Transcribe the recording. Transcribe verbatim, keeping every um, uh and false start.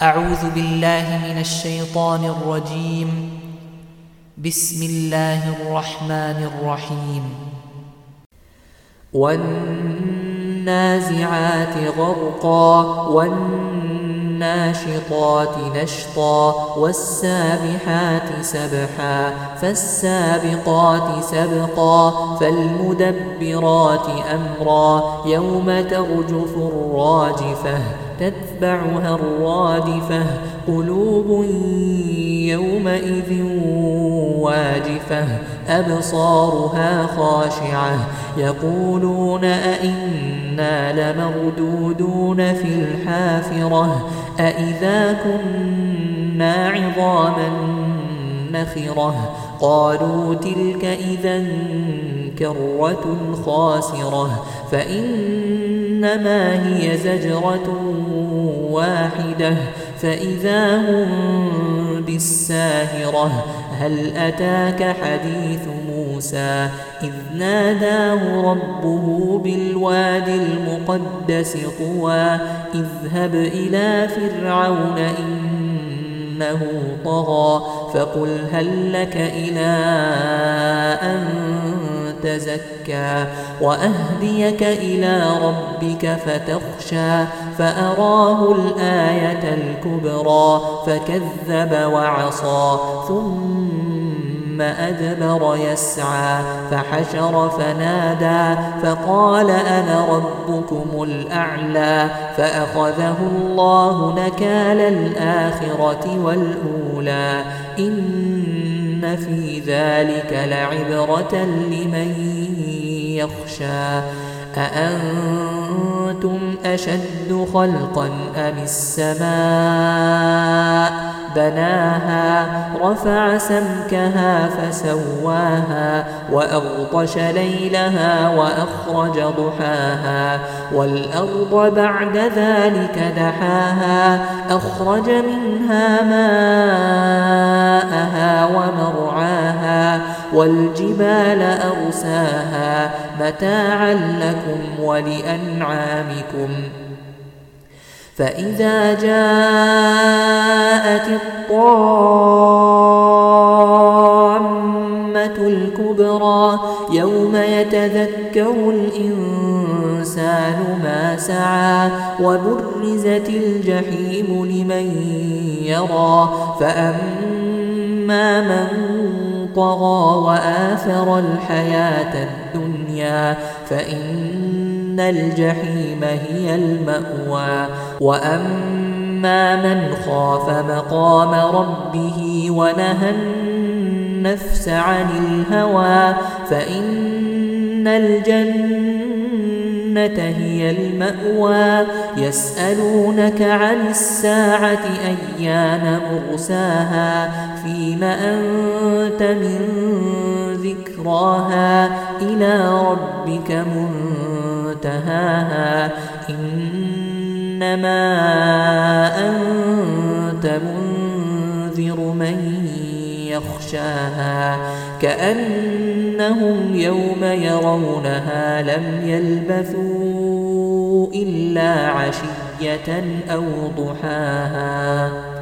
أعوذ بالله من الشيطان الرجيم. بسم الله الرحمن الرحيم. والنازعات غرقا والناشطات نشطا والسابحات سبحا فالسابقات سبقا فالمدبرات أمرا يوم ترجف الراجفة تتبعها الرادفة قلوب يومئذ واجفة أبصارها خاشعة يقولون أئنا لمردودون في الحافرة أئذا كنا عظاما نخرة قالوا تلك إذا كرة خاسرة فإنما هي زجرة واحدة فإذا هم بالساهرة هل أتاك حديث موسى إذ ناداه ربه بالواد المقدس طوى اذهب إلى فرعون إنه طغى فقل هل لك إلى أن تزكى وأهديك إلى ربك فتخشى فأراه الآية الكبرى فكذب وعصى ثم أدبر يسعى فحشر فنادى فقال أنا ربكم الأعلى فأخذه الله نكال الآخرة والأولى إن في ذلك لعبرة لمن يخشى أأنتم أشد خلقا أم السماء بناها رفع سمكها فسواها وأغطش ليلها وأخرج ضحاها والأرض بعد ذلك دحاها أخرج منها ماءها ومرعاها والجبال أرساها متاعا لكم ولأنعامكم فإذا جاءت الطامة الكبرى يوم يتذكر الإنسان ما سعى وبرزت الجحيم لمن يرى فأما من طغى وآثر الحياة الدنيا فإن الجحيم هي المأوى وأما من خاف مقام ربه ونهى النفس عن الهوى فإن الجنة هي المأوى يسألونك عن الساعة أيان مرساها فيم أنت من ذكراها إلى ربك منتهاها إنما أنت منذر من يخشاها كأنهم يوم يرونها لم يلبثوا إلا عشية أو ضحاها.